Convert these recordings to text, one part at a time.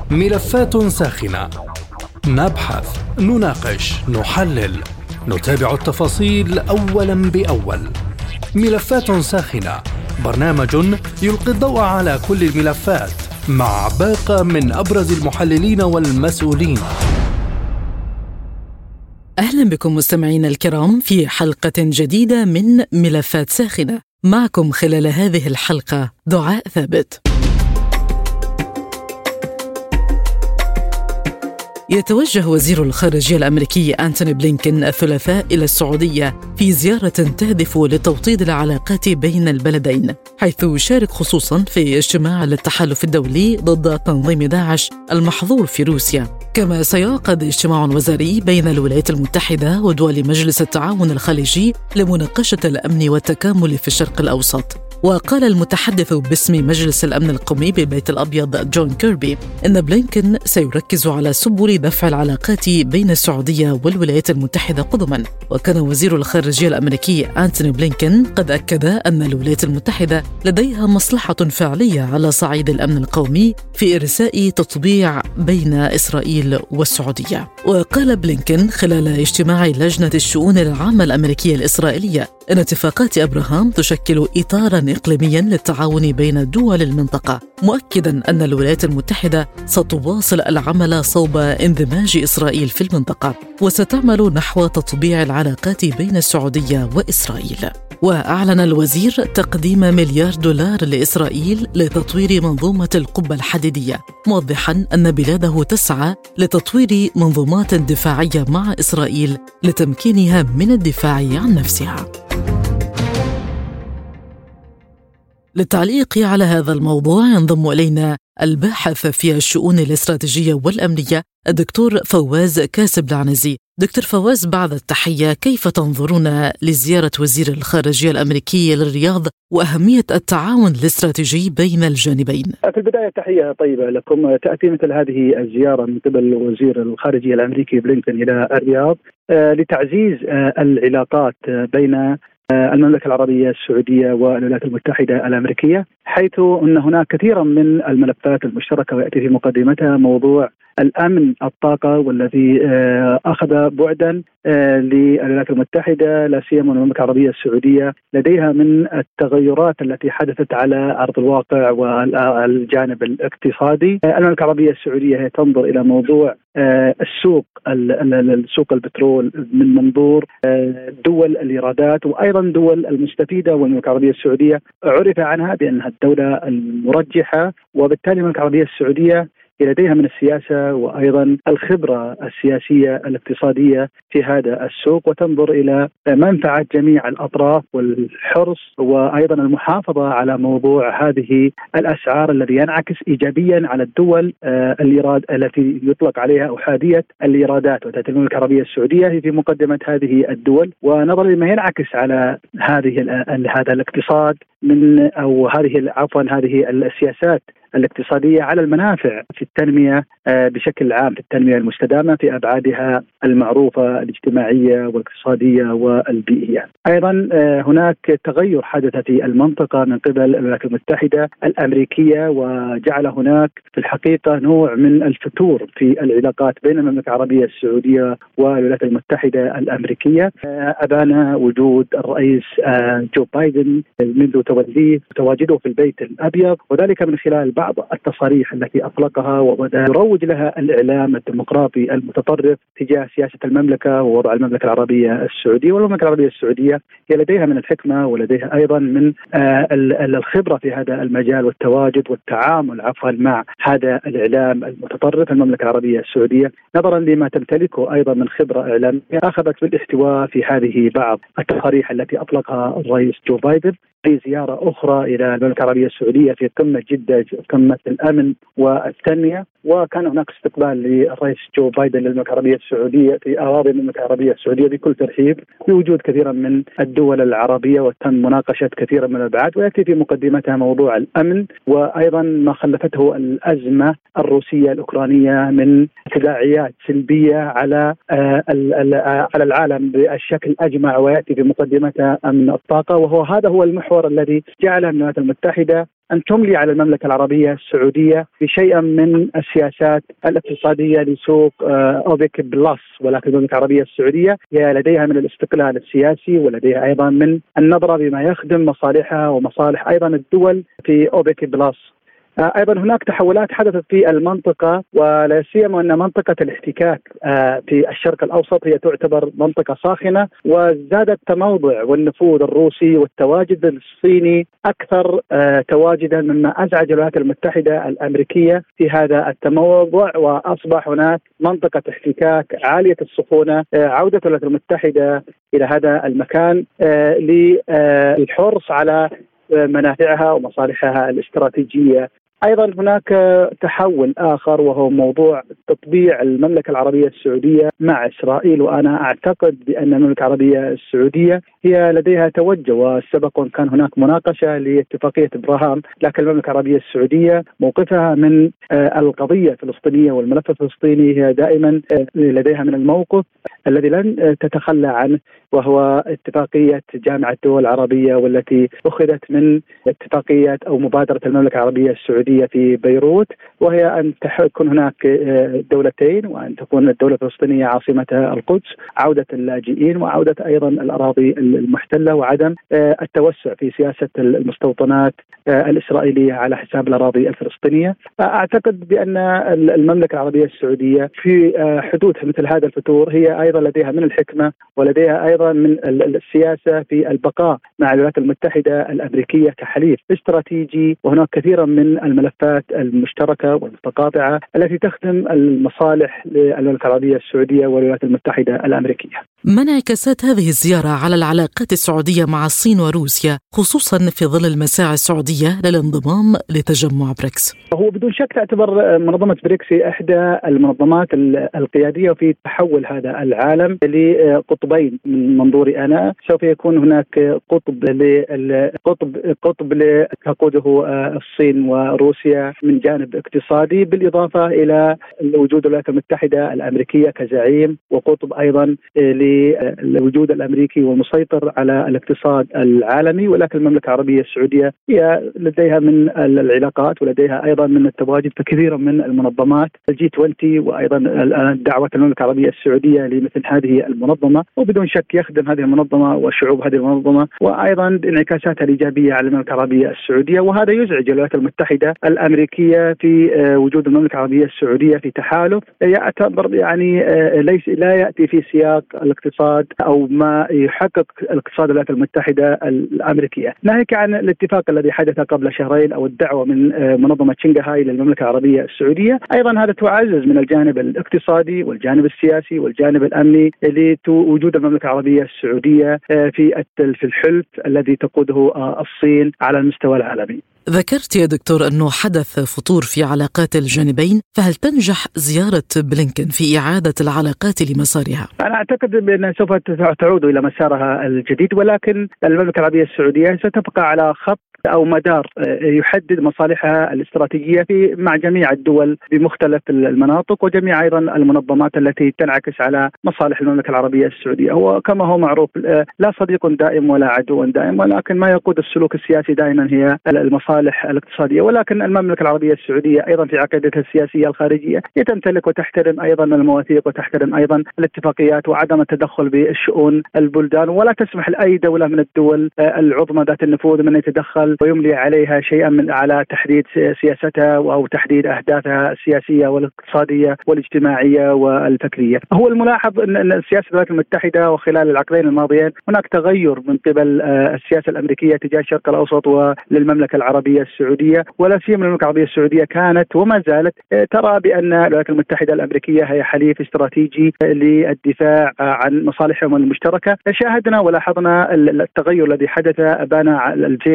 ملفات ساخنة، نبحث، نناقش، نحلل، نتابع التفاصيل أولا بأول. ملفات ساخنة، برنامج يلقي الضوء على كل الملفات مع باقة من أبرز المحللين والمسؤولين. أهلا بكم مستمعينا الكرام في حلقة جديدة من ملفات ساخنة. معكم خلال هذه الحلقة دعاء ثابت. يتوجه وزير الخارجية الأمريكي أنتوني بلينكن الثلاثاء إلى السعودية في زيارة تهدف لتوطيد العلاقات بين البلدين، حيث يشارك خصوصا في اجتماع للتحالف الدولي ضد تنظيم داعش المحظور في روسيا. كما سيعقد اجتماع وزاري بين الولايات المتحدة ودول مجلس التعاون الخليجي لمناقشة الأمن والتكامل في الشرق الأوسط. وقال المتحدث باسم مجلس الأمن القومي بالبيت الأبيض جون كيربي إن بلينكن سيركز على سبل دفع العلاقات بين السعودية والولايات المتحدة قدما. وكان وزير الخارجية الأمريكي أنتوني بلينكن قد أكد أن الولايات المتحدة لديها مصلحة فعلية على صعيد الأمن القومي في إرساء تطبيع بين إسرائيل والسعودية. وقال بلينكن خلال اجتماع لجنة الشؤون العامة الأمريكية الإسرائيلية إن اتفاقات أبراهام تشكل إطارا إقليميا للتعاون بين دول المنطقة، مؤكدا أن الولايات المتحدة ستواصل العمل صوب اندماج إسرائيل في المنطقة، وستعمل نحو تطبيع العلاقات بين السعودية وإسرائيل. وأعلن الوزير تقديم $1,000,000,000 لإسرائيل لتطوير منظومة القبة الحديدية، موضحا أن بلاده تسعى لتطوير منظومات دفاعية مع إسرائيل لتمكينها من الدفاع عن نفسها. للتعليق على هذا الموضوع ينضم إلينا الباحث في الشؤون الاستراتيجية والأمنية الدكتور فواز كاسب العنزي. دكتور فواز، بعد التحية، كيف تنظرون لزيارة وزير الخارجية الأمريكي للرياض وأهمية التعاون الاستراتيجي بين الجانبين؟ في البداية تحية طيبة لكم. تأتي مثل هذه الزيارة من قبل وزير الخارجية الأمريكي بلينكن إلى الرياض لتعزيز العلاقات بين المملكة العربية السعودية والولايات المتحدة الأمريكية، حيث أن هناك كثيرا من الملفات المشتركة، ويأتي في مقدمتها موضوع الأمن الطاقة، والذي أخذ بعدا للولايات المتحدة، لا سيما المملكة العربية السعودية لديها من التغيرات التي حدثت على أرض الواقع والجانب الاقتصادي. المملكة العربية السعودية هي تنظر إلى موضوع السوق البترول من منظور دول الإيرادات وأيضا دول المستفيدة، والمملكة العربية السعودية عرف عنها بأنها الدولة المرجحة، وبالتالي المملكة العربية السعودية لديها من السياسة وأيضا الخبرة السياسية الاقتصادية في هذا السوق، وتنظر إلى منفعة جميع الأطراف والحرص وأيضا المحافظة على موضوع هذه الأسعار الذي ينعكس إيجابيا على الدول التي يطلق عليها أحادية الإيرادات، وتأتي المملكة العربية السعودية في مقدمة هذه الدول. ونظرا لما ينعكس على هذا الاقتصاد هذه السياسات الاقتصادية على المنافع في التنمية بشكل عام، في التنمية المستدامة في أبعادها المعروفة الاجتماعية والاقتصادية والبيئية. أيضا هناك تغير حدث في المنطقة من قبل الولايات المتحدة الأمريكية، وجعل هناك في الحقيقة نوع من الفتور في العلاقات بين المملكة العربية السعودية والولايات المتحدة الأمريكية. أبان وجود الرئيس جو بايدن منذ تواجده في البيت الأبيض، وذلك من خلال بعض التصاريح التي أطلقها وبدأ يروج لها الإعلام الديمقراطي المتطرف تجاه سياسة المملكة ووضع المملكة العربية السعودية. والمملكة العربية السعودية هي لديها من الحكمة ولديها أيضا من الخبرة في هذا المجال والتواجد والتعامل مع هذا الإعلام المتطرف. المملكة العربية السعودية نظرا لما تمتلكه أيضا من خبرة إعلامية أخذت بالاحتواء في هذه بعض التصاريح التي أطلقها الرئيس جو بايدن في زيارة أخرى إلى المملكة العربية السعودية في قمة جدة، قمة الأمن والتنمية. وكان هناك استقبال للرئيس جو بايدن للمملكة العربية السعودية في أراضي المملكة العربية السعودية بكل ترحيب، بوجود كثيرا من الدول العربية، وتم مناقشة كثيرا من الأبعاد، ويأتي في مقدمتها موضوع الأمن، وأيضا ما خلفته الأزمة الروسية الأوكرانية من تداعيات سلبية على العالم بشكل أجمع، ويأتي في مقدمتها أمن الطاقة، هذا هو المحور المحور الذي جعل الولايات المتحدة أن تملي على المملكة العربية السعودية بشيء من السياسات الاقتصادية لسوق أوبك بلس. ولكن المملكة العربية السعودية هي لديها من الاستقلال السياسي، ولديها أيضا من النظرة بما يخدم مصالحها ومصالح أيضا الدول في أوبك بلس. أيضا هناك تحولات حدثت في المنطقة، ولا سيما أن منطقة الاحتكاك في الشرق الأوسط هي تعتبر منطقة ساخنة، وزاد التموضع والنفوذ الروسي والتواجد الصيني أكثر تواجدا، مما أزعج الولايات المتحدة الأمريكية في هذا التموضع، وأصبح هناك منطقة احتكاك عالية السخونة. عودة الولايات المتحدة إلى هذا المكان للحرص على منافعها ومصالحها الاستراتيجية. أيضا هناك تحول آخر، وهو موضوع تطبيع المملكة العربية السعودية مع إسرائيل. وأنا أعتقد بأن المملكة العربية السعودية هي لديها توجه، وسبق وأن كان هناك مناقشة لاتفاقية إبراهام، لكن المملكة العربية السعودية موقفها من القضية الفلسطينية والملف الفلسطيني هي دائما لديها من الموقف الذي لن تتخلى عنه، وهو اتفاقية جامعة الدول العربية، والتي أخذت من اتفاقية أو مبادرة المملكة العربية السعودية في بيروت، وهي أن تكون هناك دولتين، وأن تكون الدولة الفلسطينية عاصمتها القدس، عودة اللاجئين وعودة أيضا الأراضي المحتلة، وعدم التوسع في سياسة المستوطنات الإسرائيلية على حساب الأراضي الفلسطينية. أعتقد بأن المملكة العربية السعودية في حدود مثل هذا الفتور هي أيضا لديها من الحكمة، ولديها أيضا من السياسة في البقاء مع الولايات المتحدة الأمريكية كحليف استراتيجي. وهناك كثيرا من الملفات المشتركة والمتقاطعة التي تخدم المصالح للمملكة العربية السعودية والولايات المتحدة الأمريكية. ما انعكاسات هذه الزيارة على العلاقات السعودية مع الصين وروسيا، خصوصا في ظل المساعي السعودية للانضمام لتجمع بريكس؟ هو بدون شك تعتبر منظمة بريكس إحدى المنظمات القيادية في تحول هذا العالم لقطبين. من منظوري أنا سوف يكون هناك قطب تقوده الصين وروسيا من جانب اقتصادي، بالإضافة إلى وجود الولايات المتحدة الأمريكية كزعيم، وقطب أيضا للوجود الأمريكي والمسيطر على الاقتصاد العالمي. ولكن المملكة العربية السعودية هي لديها من العلاقات ولديها أيضا من التواجد في كثير من المنظمات G20، وأيضا دعوة المملكة العربية السعودية لمثل هذه المنظمة، وبدون شك يخدم هذه المنظمة وشعوب هذه المنظمة، وأيضا انعكاساتها الإيجابية على المملكة العربية السعودية. وهذا يزعج الولايات المتحدة الأمريكية في وجود المملكة العربية السعودية في تحالف يعتبر لا يأتي في سياق الاقتصاد أو ما يحقق الاقتصاد الولايات المتحدة الأمريكية. ناهيك عن الاتفاق الذي حدث قبل شهرين أو الدعوة من منظمة شنغهاي للمملكة العربية السعودية، أيضا هذا تعزز من الجانب الاقتصادي والجانب السياسي والجانب الأمني لوجود المملكة العربية السعودية في الحلف الذي تقوده الصين على المستوى العالمي. ذكرت يا دكتور أنه حدث فتور في علاقات الجانبين، فهل تنجح زيارة بلينكن في إعادة العلاقات لمسارها؟ أنا أعتقد بأنها سوف تعود إلى مسارها الجديد، ولكن المملكة العربية السعودية ستبقى على خط أو مدار يحدد مصالحها الاستراتيجية مع جميع الدول بمختلف المناطق، وجميع أيضا المنظمات التي تنعكس على مصالح المملكة العربية السعودية. هو كما هو معروف لا صديق دائم ولا عدو دائم، ولكن ما يقود السلوك السياسي دائما هي المصالح الاقتصادية. ولكن المملكة العربية السعودية أيضا في عقيدتها السياسية الخارجية تمتلك وتحترم أيضا المواثيق وتحترم أيضا الاتفاقيات وعدم التدخل بالشؤون البلدان، ولا تسمح لأي دولة من الدول العظمى ذات النفوذ من يتدخل ويملي عليها شيئا من على تحديد سياستها أو تحديد أهدافها السياسية والاقتصادية والاجتماعية والفكرية. هو الملاحظ أن سياسة الولايات المتحدة وخلال العقدين الماضيين هناك تغير من قبل السياسة الأمريكية تجاه الشرق الأوسط وللمملكة العربية السعودية، ولا سيما المملكة العربية السعودية كانت وما زالت ترى بأن الولايات المتحدة الأمريكية هي حليف استراتيجي للدفاع عن مصالحهم المشتركة. شاهدنا ولاحظنا التغير الذي حدث بين 2000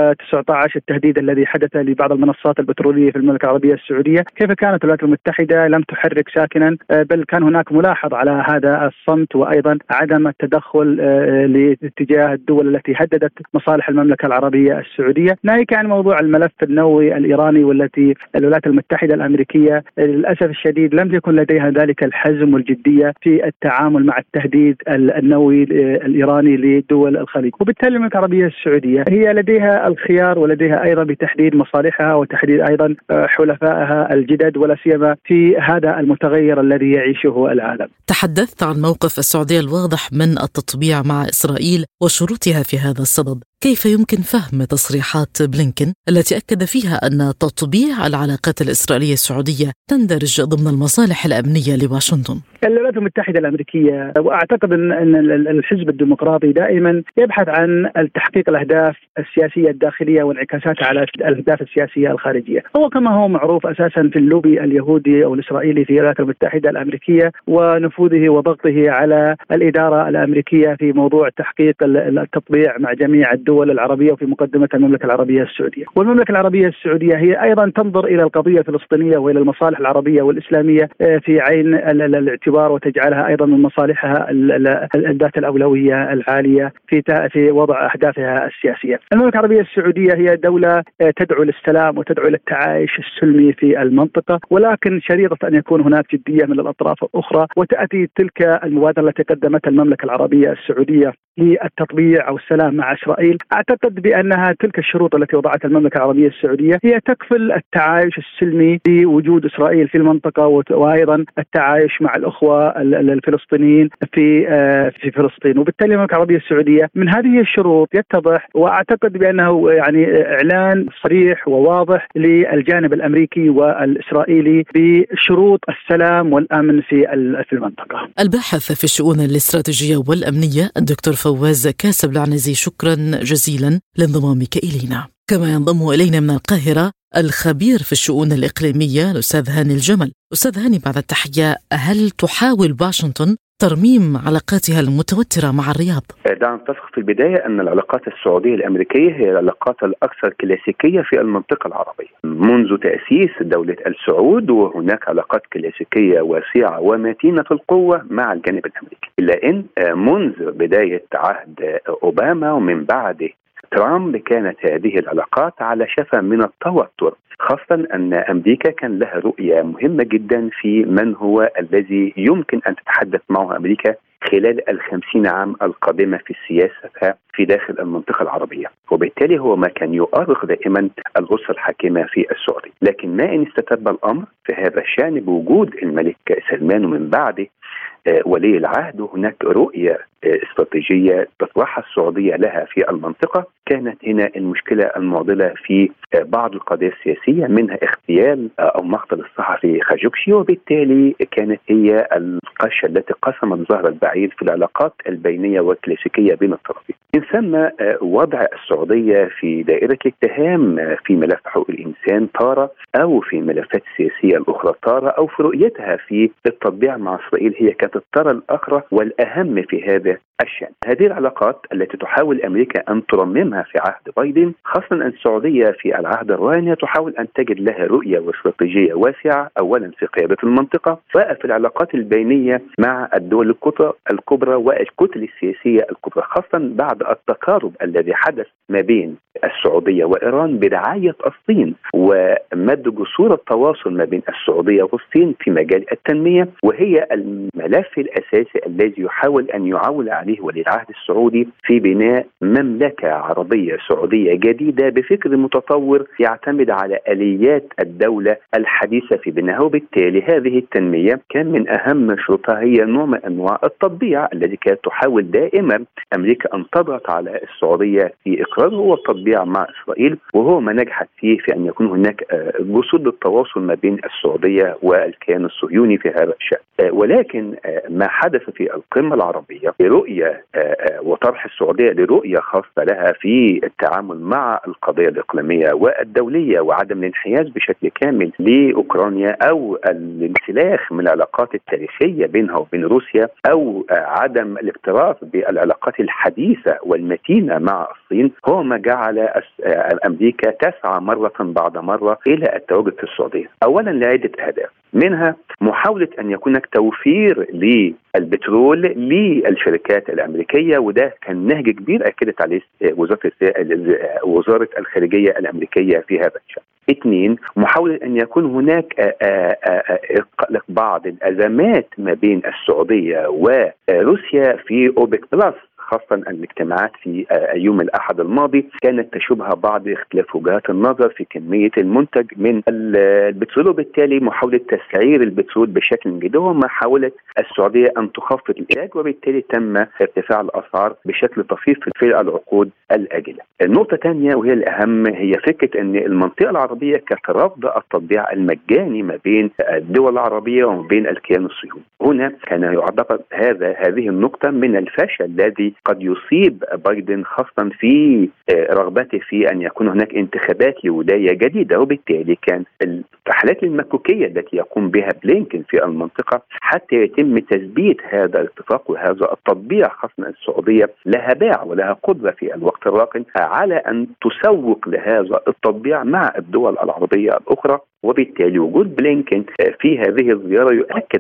و19 التهديد الذي حدث لبعض المنصات البترولية في المملكة العربية السعودية، كيف كانت الولايات المتحدة لم تحرك ساكنا، بل كان هناك ملاحظ على هذا الصمت وأيضا عدم التدخل لاتجاه الدول التي هددت مصالح المملكة العربية السعودية، ناهيك عن موضوع الملف النووي الإيراني، والتي الولايات المتحدة الأمريكية للأسف الشديد لم يكن لديها ذلك الحزم والجدية في التعامل مع التهديد النووي الإيراني لدول الخليج. وبالتالي المملكة العربية السعودية هي لديها الخيار ولديها أيضا بتحديد مصالحها وتحديد أيضا حلفائها الجدد، ولا سيما في هذا المتغير الذي يعيشه العالم. تحدثت عن موقف السعودية الواضح من التطبيع مع إسرائيل وشروطها في هذا الصدد، كيف يمكن فهم تصريحات بلينكن التي أكد فيها أن تطبيع العلاقات الإسرائيلية السعودية تندرج ضمن المصالح الأمنية لواشنطن؟ الولايات المتحدة الأمريكية، وأعتقد أن الحزب الديمقراطي دائما يبحث عن تحقيق الأهداف السياسية الداخلية وانعكاساتها على الأهداف السياسية الخارجية. هو كما هو معروف أساسا في اللوبي اليهودي أو الإسرائيلي في الولايات المتحدة الأمريكية ونفوذه وضغطه على الإدارة الأمريكية في موضوع تحقيق التطبيع مع جميع الدول العربية وفي مقدمة المملكة العربية السعودية. والمملكة العربية السعودية هي أيضا تنظر إلى القضية الفلسطينية وإلى المصالح العربية والإسلامية في عين الاعتبار، وتجعلها أيضا من مصالحها ذات الأولوية العالية في وضع أهدافها السياسية. المملكة العربية السعودية هي دولة تدعو للسلام وتدعو للتعايش السلمي في المنطقة، ولكن شريطة أن يكون هناك جدية من الأطراف الأخرى، وتأتي تلك المبادرة التي قدمتها المملكة العربية السعودية للتطبيع أو السلام مع إسرائيل. أعتقد بأنها تلك الشروط التي وضعتها المملكة العربية السعودية هي تكفل التعايش السلمي بوجود إسرائيل في المنطقة، وأيضا التعايش مع الأخوة الفلسطينيين في فلسطين. وبالتالي المملكة العربية السعودية من هذه الشروط يتضح، وأعتقد بأنه يعني إعلان صريح وواضح للجانب الأمريكي والإسرائيلي بشروط السلام والأمن في المنطقة. الباحث في الشؤون الاستراتيجية والأمنية الدكتور فواز كاسب العنزي، شكرا جزيلا لانضمامك إلينا. كما ينضم إلينا من القاهرة الخبير في الشؤون الإقليمية الأستاذ هاني الجمل. أستاذ هاني، بعد التحية، هل تحاول واشنطن ترميم علاقاتها المتوترة مع الرياض؟ دعنا نتفق في البداية أن العلاقات السعودية الأمريكية هي العلاقات الأكثر كلاسيكية في المنطقة العربية منذ تأسيس دولة السعود، وهناك علاقات كلاسيكية واسعة ومتينة القوة مع الجانب الأمريكي، إلا أن منذ بداية عهد أوباما ومن بعده ترامب كانت هذه العلاقات على شفا من التوتر، خاصة أن أمريكا كان لها رؤية مهمة جدا في من هو الذي يمكن أن تتحدث معه أمريكا خلال 50 عام القادمة في السياسة في داخل المنطقة العربية. وبالتالي هو ما كان يؤرخ دائما الأسرة الحاكمة في السعودية. لكن ما إن استتب الأمر في هذا الشأن بوجود الملك سلمان ومن بعده ولي العهد، وهناك رؤية استراتيجية تطرحها السعودية لها في المنطقة، كانت هنا المشكلة المعضلة في بعض القضايا السياسية، منها اغتيال أو مقتل الصحفي خاشقجي، وبالتالي كانت هي القشة التي قسمت ظهر البعير في العلاقات البينية والكلاسيكية بين الطرفين. من ثم وضع السعودية في دائرة الاتهام في ملف حقوق الإنسان تارة، أو في ملفات السياسية الأخرى تارة، أو في رؤيتها في التطبيع مع إسرائيل هي كانت التارة الأخرى والأهم في هذا الشأن. هذه العلاقات التي تحاول أمريكا أن ترممها في عهد بايدن، خاصة أن السعودية في العهد الراهن تحاول أن تجد لها رؤية واستراتيجية واسعة، أولا في قيادة المنطقة وفي العلاقات البينية مع الدول الكبرى والكتل السياسية الكبرى، خاصة بعد التقارب الذي حدث ما بين السعودية وإيران برعاية الصين ومد جسور التواصل ما بين السعودية والصين في مجال التنمية، وهي الملف الأساسي الذي يحاول أن يعول عليه ولي العهد السعودي في بناء مملكة عربية سعودية جديدة بفكر متطور يعتمد على آليات الدولة الحديثة في بنائها. وبالتالي هذه التنمية كان من أهم شروطها هي نوع من أنواع التطبيع الذي كانت تحاول دائما أمريكا أن تضغط على السعودية في إقراره والتطبيع مع إسرائيل، وهو ما نجحت فيه في أن يكون هناك جسور للتواصل ما بين السعودية والكيان الصهيوني في هذا الشأن. ولكن ما حدث في القمة العربية برؤية رؤية وطرح السعودية لرؤية خاصة لها في التعامل مع القضية الإقليمية والدولية وعدم الانحياز بشكل كامل لأوكرانيا أو الانسلاخ من العلاقات التاريخية بينها وبين روسيا أو عدم الاكتراث بالعلاقات الحديثة والمتينة مع الصين هو ما جعل أمريكا تسعى مرة بعد مرة إلى التواجد في السعودية. أولا لعدة أهداف، منها محاولة أن يكون هناك توفير للبترول للشركات الأمريكية، وده كان نهج كبير أكدت عليه وزارة الخارجية الأمريكية في هذا الشأن. 2 محاولة أن يكون هناك بعض الأزمات ما بين السعودية وروسيا في أوبك بلس، خاصة الاجتماعات في يوم الأحد الماضي كانت تشوبها بعض اختلاف وجهات النظر في كمية المنتج من البترول، وبالتالي محاولة تسعير البترول بشكل جديد ومحاولة السعودية أن تخفض الإنتاج، وبالتالي تم ارتفاع الأسعار بشكل طفيف في العقود الآجلة. النقطة الثانية وهي الأهم هي فكرة أن المنطقة العربية كانت رافضة التطبيع المجاني ما بين الدول العربية وما بين الكيان الصهيوني. هنا كان يعتبر هذه النقطة من الفشل الذي قد يصيب بايدن، خاصة في رغبته في أن يكون هناك انتخابات لولاية جديدة، وبالتالي كان التحالات المكوكية التي يقوم بها بلينكن في المنطقة حتى يتم تثبيت هذا الاتفاق وهذا التطبيع، خاصة السعودية لها باع ولها قدرة في الوقت الراهن على أن تسوق لهذا التطبيع مع الدول العربية الأخرى. وبالتالي وجود بلينكن في هذه الزيارة يؤكد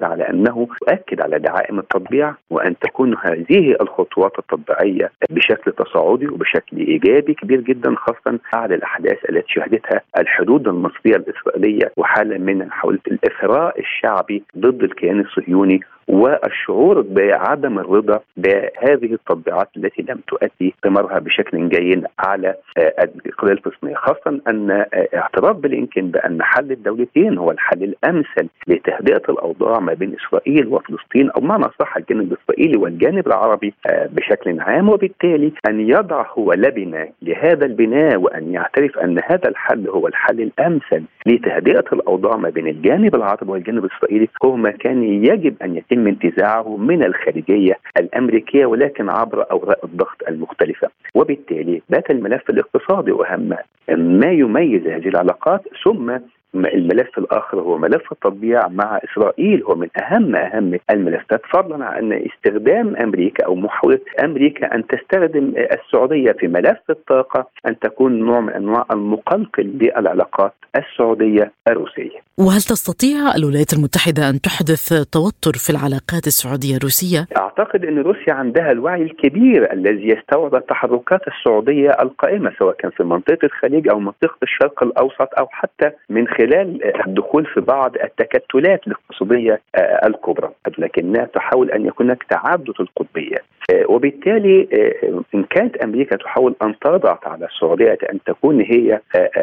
على دعائم التطبيع، وأن تكون هذه الخطوات التطبيعية بشكل تصاعدي وبشكل إيجابي كبير جدا، خاصة بعد الأحداث التي شهدتها الحدود المصرية الإسرائيلية وحالة من حاولة الإثراء الشعبي ضد الكيان الصهيوني والشعور بعدم الرضا بهذه التطبيعات التي لم تؤدي ثمارها بشكل جيد على القضية الفلسطينية، خاصة أن اعتراف بلينكن بأن حل الدولتين هو الحل الأمثل لتهدئة الأوضاع ما بين إسرائيل وفلسطين، أو معنى صح الجانب الإسرائيلي والجانب العربي بشكل عام، وبالتالي أن يضع هو لبنة لهذا البناء وأن يعترف أن هذا الحل هو الحل الأمثل لتهدئة الأوضاع ما بين الجانب العربي والجانب الإسرائيلي، هو ما كان يجب أن يتم انتزاعه من الخارجية الأمريكية ولكن عبر أوراق الضغط المختلفة. وبالتالي بات الملف الاقتصادي وأهم ما يميز هذه العلاقات، ثم الملف الآخر هو ملف التطبيع مع إسرائيل، هو من أهم الملفات، فضلا عن أن استخدام أمريكا أو محاولة أمريكا أن تستخدم السعودية في ملف الطاقة أن تكون نوع من أنواع المقلقل للعلاقات السعودية الروسية. وهل تستطيع الولايات المتحدة أن تحدث توتر في العلاقات السعودية الروسية؟ أعتقد أن روسيا عندها الوعي الكبير الذي يستوعب التحركات السعودية القائمة، سواء كان في منطقة الخليج أو منطقة الشرق الأوسط أو حتى من خلال الدخول في بعض التكتلات الاقتصادية الكبرى، لكنها تحاول أن يكون هناك تعدد القطبية. وبالتالي إن كانت أمريكا تحاول أن تضغط على السعودية أن تكون هي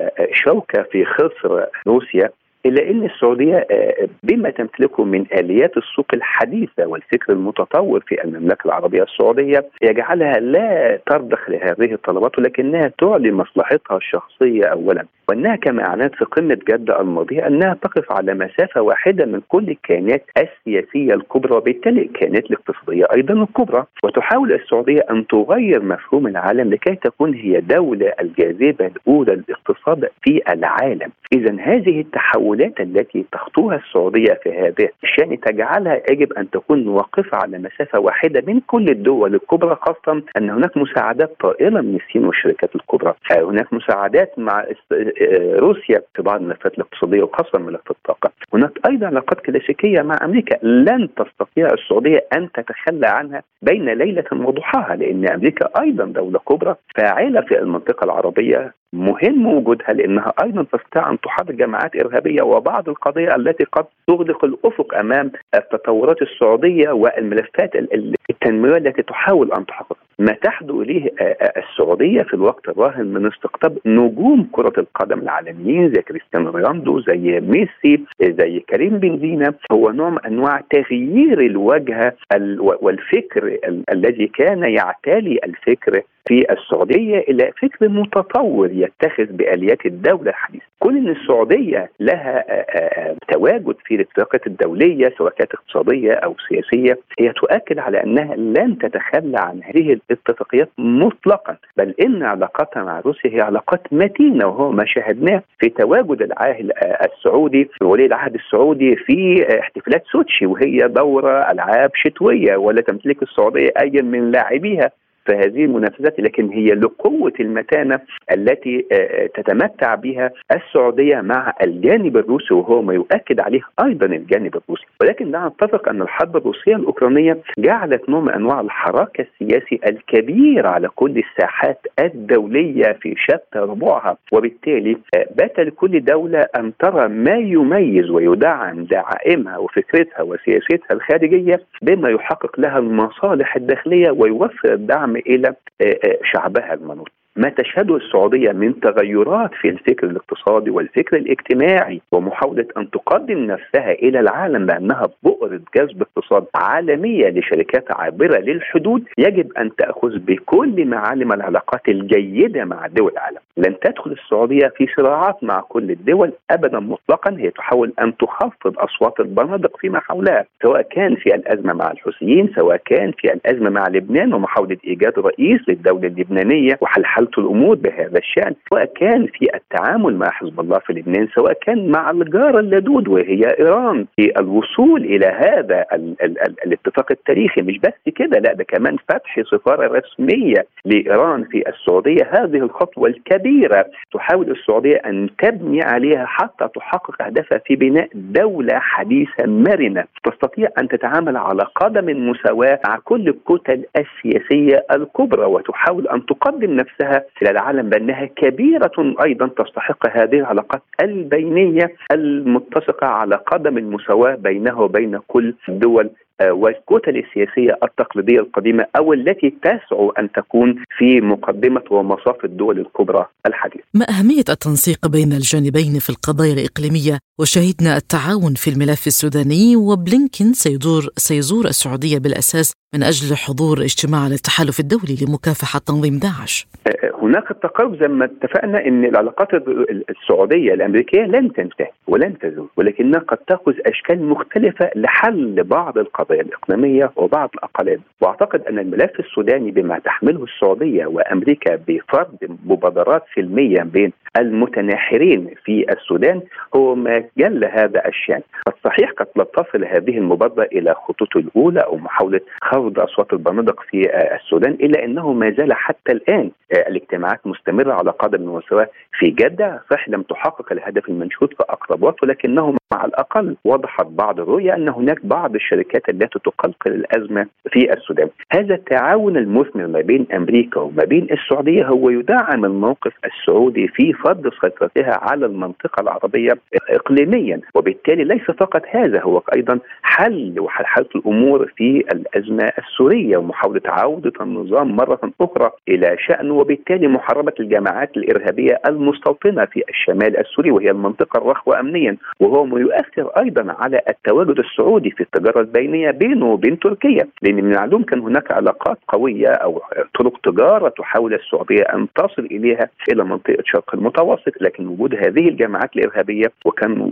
شوكة في خصر روسيا، إلا أن السعودية بما تمتلكه من آليات السوق الحديثة والفكر المتطور في المملكة العربية السعودية يجعلها لا ترضخ لهذه الطلبات، ولكنها تعلي مصلحتها الشخصية أولا، وأنها كما أعلنت في قمة جدة الماضية أنها تقف على مسافة واحدة من كل الكيانات السياسية الكبرى، وبالتالي الكيانات الاقتصادية أيضا الكبرى، وتحاول السعودية أن تغير مفهوم العالم لكي تكون هي دولة الجاذبة الأولى للاقتصاد في العالم. إذن هذه التحولات التي تخطوها السعودية في هذا الشأن تجعلها يجب أن تكون واقفة على مسافة واحدة من كل الدول الكبرى، خاصة أن هناك مساعدات طائلة من الصين والشركات الكبرى، هناك مساعدات مع روسيا في بعض الملفات الاقتصادية وخاصة ملف الطاقة، هناك أيضا علاقات كلاسيكية مع أمريكا لن تستطيع السعودية أن تتخلى عنها بين ليلة وضحاها، لأن أمريكا أيضا دولة كبرى فاعلة في المنطقة العربية، مهم وجودها لأنها أيضا تستطيع أن تحرك جماعات إرهابية وبعض القضايا التي قد تغلق الأفق أمام التطورات السعودية والملفات التنموية التي تحاول أن تحقق. ما تحدو إليه السعودية في الوقت الراهن من استقطاب نجوم كرة القدم العالميين زي كريستيانو رونالدو، زي ميسي، زي كريم بنزيما، هو نوع من أنواع تغيير الوجهة والفكر الذي كان يعتالي الفكر في السعودية إلى فكر متطور يتخذ بآليات الدولة الحديثة. كون أن السعودية لها تواجد في الاتفاقات الدولية سواء كانت اقتصادية أو سياسية، هي تؤكد على أنها لن تتخلى عن هذه الاتفاقيات مطلقا، بل إن علاقاتها مع روسيا هي علاقات متينة، وهو ما شاهدناه في تواجد العاهل السعودي ولي العهد السعودي في احتفالات سوتشي، وهي دورة ألعاب شتوية ولا تمتلك السعودية أي من لاعبيها فهذه المنافسات، لكن هي لقوة المتانة التي تتمتع بها السعودية مع الجانب الروسي، وهو ما يؤكد عليه أيضا الجانب الروسي. ولكن لا نتفق أن الحرب الروسية الأوكرانية جعلت نوع من أنواع الحراك السياسي الكبير على كل الساحات الدولية في شتى ربوعها، وبالتالي بات لكل دولة أن ترى ما يميز ويدعم دعائمها وفكرتها وسياستها الخارجية بما يحقق لها المصالح الداخلية ويوفر الدعم إلى شعبها المنوط. ما تشهده السعودية من تغيرات في الفكر الاقتصادي والفكر الاجتماعي ومحاولة أن تقدم نفسها إلى العالم بأنها بؤرة جذب اقتصاد عالمية لشركات عابرة للحدود، يجب أن تأخذ بكل معالم العلاقات الجيدة مع دول العالم. لن تدخل السعودية في صراعات مع كل الدول أبدا مطلقا، هي تحاول أن تخفض أصوات البنادق فيما حولها، سواء كان في الأزمة مع الحوثيين، سواء كان في الأزمة مع لبنان ومحاولة إيجاد رئيس للدولة اللبنانية وحل الأمور بهذا الشأن، سواء كان في التعامل مع حزب الله في لبنان، سواء كان مع الجارة اللدود وهي إيران في الوصول إلى هذا الاتفاق التاريخي. مش بس كده، لا ده كمان فتح سفارة رسمية لإيران في السعودية. هذه الخطوة الكبيرة تحاول السعودية أن تبني عليها حتى تحقق أهدافها في بناء دولة حديثة مرنة تستطيع أن تتعامل على قدم مساواة مع كل الكتل السياسية الكبرى، وتحاول أن تقدم نفسها إلى العالم بأنها كبيرة أيضا تستحق هذه العلاقات البينية المتسقة على قدم المساواة بينها وبين كل الدول والكتل السياسية التقليدية القديمة أو التي تسعى أن تكون في مقدمة ومصاف الدول الكبرى الحديثة. ما أهمية التنسيق بين الجانبين في القضايا الإقليمية؟ وشهدنا التعاون في الملف السوداني، وبلينكين سيزور السعودية بالأساس من أجل حضور اجتماع التحالف الدولي لمكافحة تنظيم داعش. هناك التقارب زي ما اتفقنا أن العلاقات السعودية الأمريكية لن تنتهي ولن تزول، ولكنها قد تأخذ أشكال مختلفة لحل بعض القضايا الإقليمية وبعض الأقاليم. وأعتقد أن الملف السوداني بما تحمله السعودية وأمريكا بفرض مبادرات سلمية بين المتناحرين في السودان هو ما جل هذا الشأن. فالصحيح قد لا تصل هذه المبادرة إلى خطوط الأولى أو محاولة خفض أصوات البنادق في السودان، إلا أنه ما زال حتى الآن الاجتماعات مستمرة على قدم وسواء في جدة. صح لم تحقق الهدف المنشود في أقرب وقت، ولكنه مع الأقل وضحت بعض الرؤية أن هناك بعض الشركات التي تقلقل الأزمة في السودان. هذا التعاون المثمر ما بين أمريكا وما بين السعودية هو يدعم الموقف السعودي في فرض سيطرتها على المنطقة العربية إقليميا، وبالتالي ليس فقط هذا، هو أيضا حل وحل الأمور في الأزمة السورية ومحاولة عودة النظام مرة أخرى إلى شأنه، وبالتالي محاربة الجماعات الإرهابية المستوطنة في الشمال السوري وهي المنطقة الرخوة أمنيا، وهو ما يؤثر أيضا على التواجد السعودي في التجارة البينية بينه وبين تركيا، لأن من المعلوم كان هناك علاقات قوية أو طرق تجارة تحاول السعودية أن تصل إليها إلى منطقة شرق المتوسط، لكن وجود هذه الجماعات الإرهابية وكان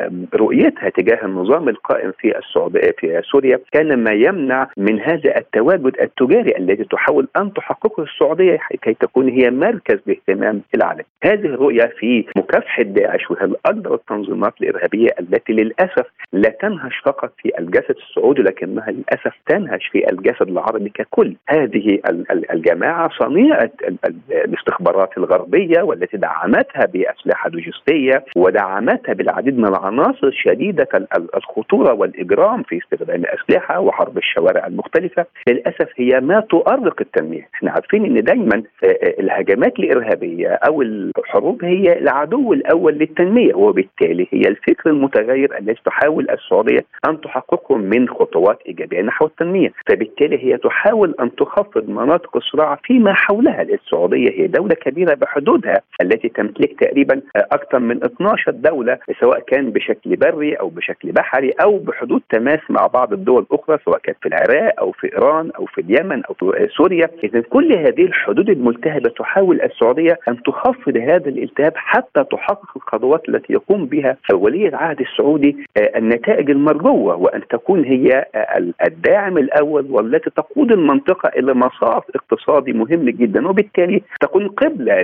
رؤيتها تجاه النظام القائم في السعودية في سوريا كان ما يمنع من هذا التواجد التجاري الذي تحاول أن تحققه السعودية كي تكون هي مركز لاهتمام العالم. هذه الرؤية في مكافحة داعش وهي أكبر التنظيمات الإرهابية التي للأسف لا تنهش فقط في الجسد السعودي لكنها للأسف تنهش في الجسد العربي ككل. هذه الجماعة صنيعة الاستخبارات الغربية والتي دعمتها بأسلحة لوجستية ودعمتها بالعديد من العناصر شديدة الخطورة والإجرام في استخدام الأسلحة وحرب الشوارع المختلفة. للأسف هي ما تؤرق التنمية. احنا عارفين ان دايما الهجمات الإرهابية أو الحروب هي العدو الأول للتنمية، وبالتالي هي الفكر المتغير الذي تحاول السعودية أن تحققه من خطوات إيجابية نحو التنمية. فبالتالي هي تحاول أن تخفض مناطق الصراع فيما حولها. السعودية هي دولة كبيرة بحدودها التي تمتلك تقريبا أكثر من 12 دولة، سواء كان بشكل بري أو بشكل بحري أو بحدود تماس مع بعض الدول الأخرى، سواء كانت في العراق أو في إيران أو في اليمن أو في سوريا. إذن كل هذه الحدود الملتهبة تحاول السعودية أن تخفض هذا الالتهاب حتى تحقق الخطوات التي يقوم بها ولي العهد السعودي النتائج المرجوة، وأن تكون هي الداعم الأول والتي تقود المنطقة إلى مسار اقتصادي مهم جدا، وبالتالي تكون قبلة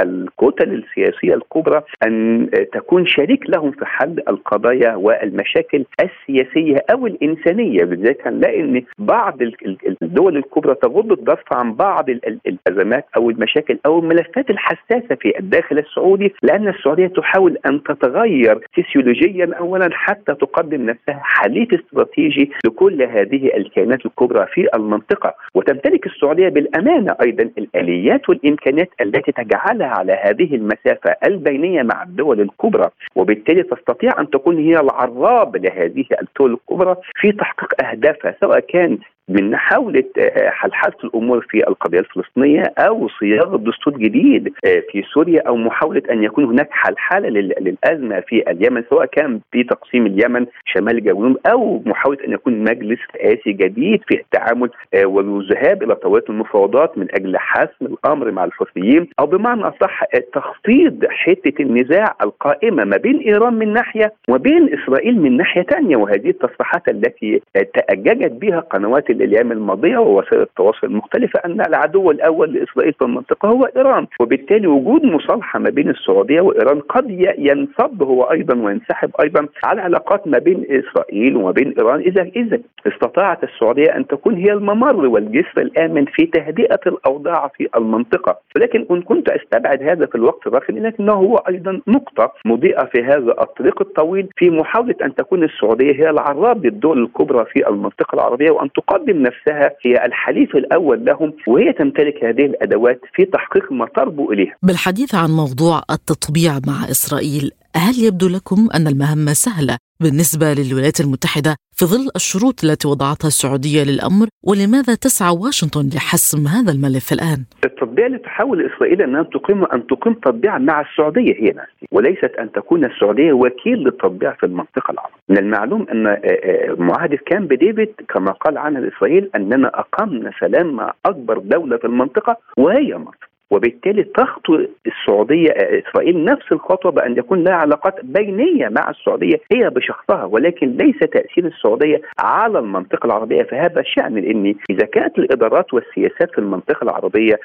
للكتل السياسية الكبرى أن تكون شريك لهم في حل القضايا والمشاكل السياسية أو الإنسانية. لذلك هنلاقي أن بعض الدول الكبرى تغض الطرف عن بعض الأزمات أو المشاكل أو الملفات الحساسة في الداخل السعودي، لأن السعودية تحاول أن تتغير فسيولوجيا أولا حتى تقدم نفسها حليف استراتيجي لكل هذه الكيانات الكبرى في المنطقة. وتمتلك السعودية بالأمانة أيضا الآليات والإمكانيات التي تجعلها على هذه المسافة البينية مع الدول الكبرى، وبالتالي تستطيع أن تكون هي العراب لهذه الدول الكبرى في تحقيق أهدافها، سواء كان من محاولة حل الأمور في القضية الفلسطينية أو صياغة دستور جديد في سوريا أو محاولة أن يكون هناك حل للأزمة في اليمن، سواء كان بتقسيم اليمن شمال جنوب أو محاولة أن يكون مجلس رئاسي جديد في التعامل والذهاب إلى طاولة المفاوضات من أجل حسم الأمر مع الحوثيين، أو بمعنى أصح تخفيض حتة النزاع القائمة ما بين إيران من ناحية وبين إسرائيل من ناحية تانية. وهذه التصريحات التي تأججت بها قنوات الأيام الماضية ووسائل التواصل المختلفة أن العدو الأول لإسرائيل في المنطقة هو إيران، وبالتالي وجود مصالحة ما بين السعودية وإيران قد ينصب هو أيضا وينسحب أيضا على العلاقات ما بين إسرائيل وما بين إيران إذا استطاعت السعودية أن تكون هي الممر والجسر الآمن في تهدئة الأوضاع في المنطقة. ولكن إن كنت أستبعد هذا في الوقت الراهن، لكنه هو أيضا نقطة مضيئة في هذا الطريق الطويل في محاولة أن تكون السعودية هي العراب للدول الكبرى في المنطقة العربية، وأن تقدم نفسها هي الحليف الأول لهم، وهي تمتلك هذه الأدوات في تحقيق ما تربو إليه. بالحديث عن موضوع التطبيع مع إسرائيل، هل يبدو لكم أن المهمة سهلة بالنسبة للولايات المتحدة في ظل الشروط التي وضعتها السعودية للأمر؟ ولماذا تسعى واشنطن لحسم هذا الملف الآن؟ التطبيع اللي تحاول إسرائيل أن تقيم تطبيع مع السعودية هي نفسها، وليست أن تكون السعودية وكيل للتطبيع في المنطقة العربية. من المعلوم أن معاهدة كامب ديفيد كما قال عنها إسرائيل أننا أقمنا سلام مع أكبر دولة في المنطقة وهي مصر، وبالتالي تخطو السعودية إسرائيل نفس الخطوة بأن يكون لها علاقات بينية مع السعودية هي بشخصها، ولكن ليس تأثير السعودية على المنطقة العربية في هذا الشأن. لأن إذا كانت الإدارات والسياسات في المنطقة العربية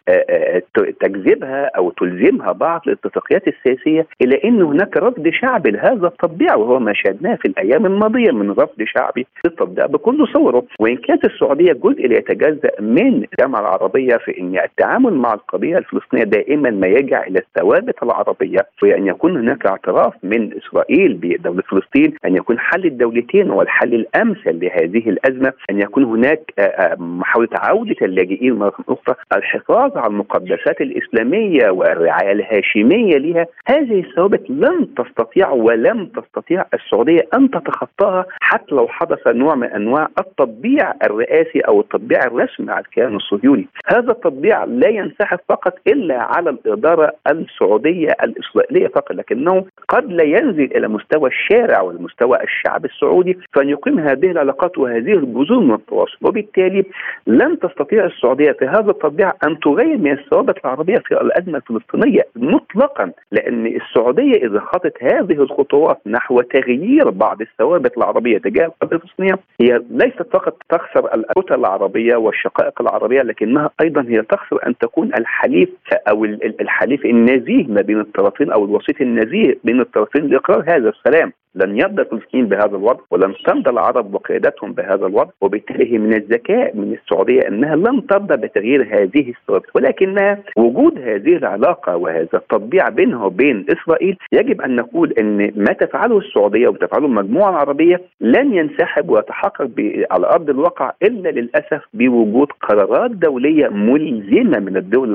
تجذبها أو تلزمها بعض الاتفاقيات السياسية إلى أن هناك رفض شعبي لهذا التطبيع، وهو ما شاهدناه في الأيام الماضية من رفض شعبي للتطبيع بكل صوره. وإن كانت السعودية جزء لا يتجزأ من الجامعة العربية في أن التعامل مع القضية الفلسطينية دائما ما يرجع إلى الثوابت العربية، وأن يكون هناك اعتراف من إسرائيل بدولة فلسطين، أن يكون حل الدولتين هو الحل الأمثل لهذه الأزمة، أن يكون هناك محاولة عودة اللاجئين مرة أخرى، الحفاظ على المقدسات الإسلامية والرعاية الهاشمية لها. هذه الثوابت لم تستطيع ولم تستطيع السعودية أن تتخطاها حتى لو حدث نوع من أنواع التطبيع الرئاسي أو التطبيع الرسمي على الكيان الصهيوني. هذا التطبيع لا ينسحب فقط إلا على الإدارة السعودية الإسرائيلية فقط، لكنه قد لا ينزل إلى مستوى الشارع والمستوى الشعب السعودي فأن يقيم هذه العلاقات وهذه الجذور من التواصل. وبالتالي لن تستطيع السعودية في هذا التطبيع أن تغير من الثوابت العربية في الأزمة الفلسطينية مطلقا، لأن السعودية إذا خطت هذه الخطوات نحو تغيير بعض الثوابت العربية تجاه القضية الفلسطينية، هي ليست فقط تخسر الكتل العربية والشقائق العربية، لكنها أيضا هي تخسر أن تكون الحليف أو الحليف النزيه ما بين الطرفين أو الوسيط النزيه بين الطرفين لإقرار هذا السلام. لن يبدأ الفلسطينيين بهذا الوضع ولن تمضي العرب وقيادتهم بهذا الوضع، وبالتالي من الذكاء من السعودية أنها لن ترضى بتغيير هذه الثوابت، ولكنها وجود هذه العلاقة وهذا التطبيع بينها وبين إسرائيل يجب أن نقول أن ما تفعله السعودية وتفعله المجموعة العربية لن ينسحب ويتحقق على أرض الواقع إلا للأسف بوجود قرارات دولية ملزمة من الدول الكبرى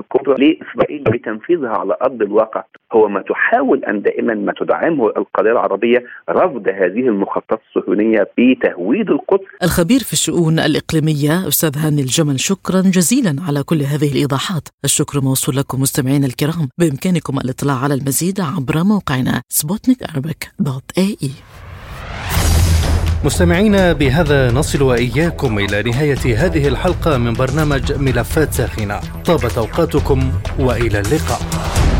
لإسرائيل بتنفيذها على أرض الواقع هو ما تحاول أن دائما ما تدعمه القضية العربية، رفض هذه المخططات الصهيونية بتهويد القدس. الخبير في الشؤون الإقليمية أستاذ هاني الجمل، شكرا جزيلا على كل هذه الإيضاحات. الشكر موصول لكم مستمعين الكرام، بإمكانكم الاطلاع على المزيد عبر موقعنا sputnikarabic.ae. مستمعينا، بهذا نصل وإياكم إلى نهاية هذه الحلقة من برنامج ملفات ساخنة. طابت أوقاتكم وإلى اللقاء.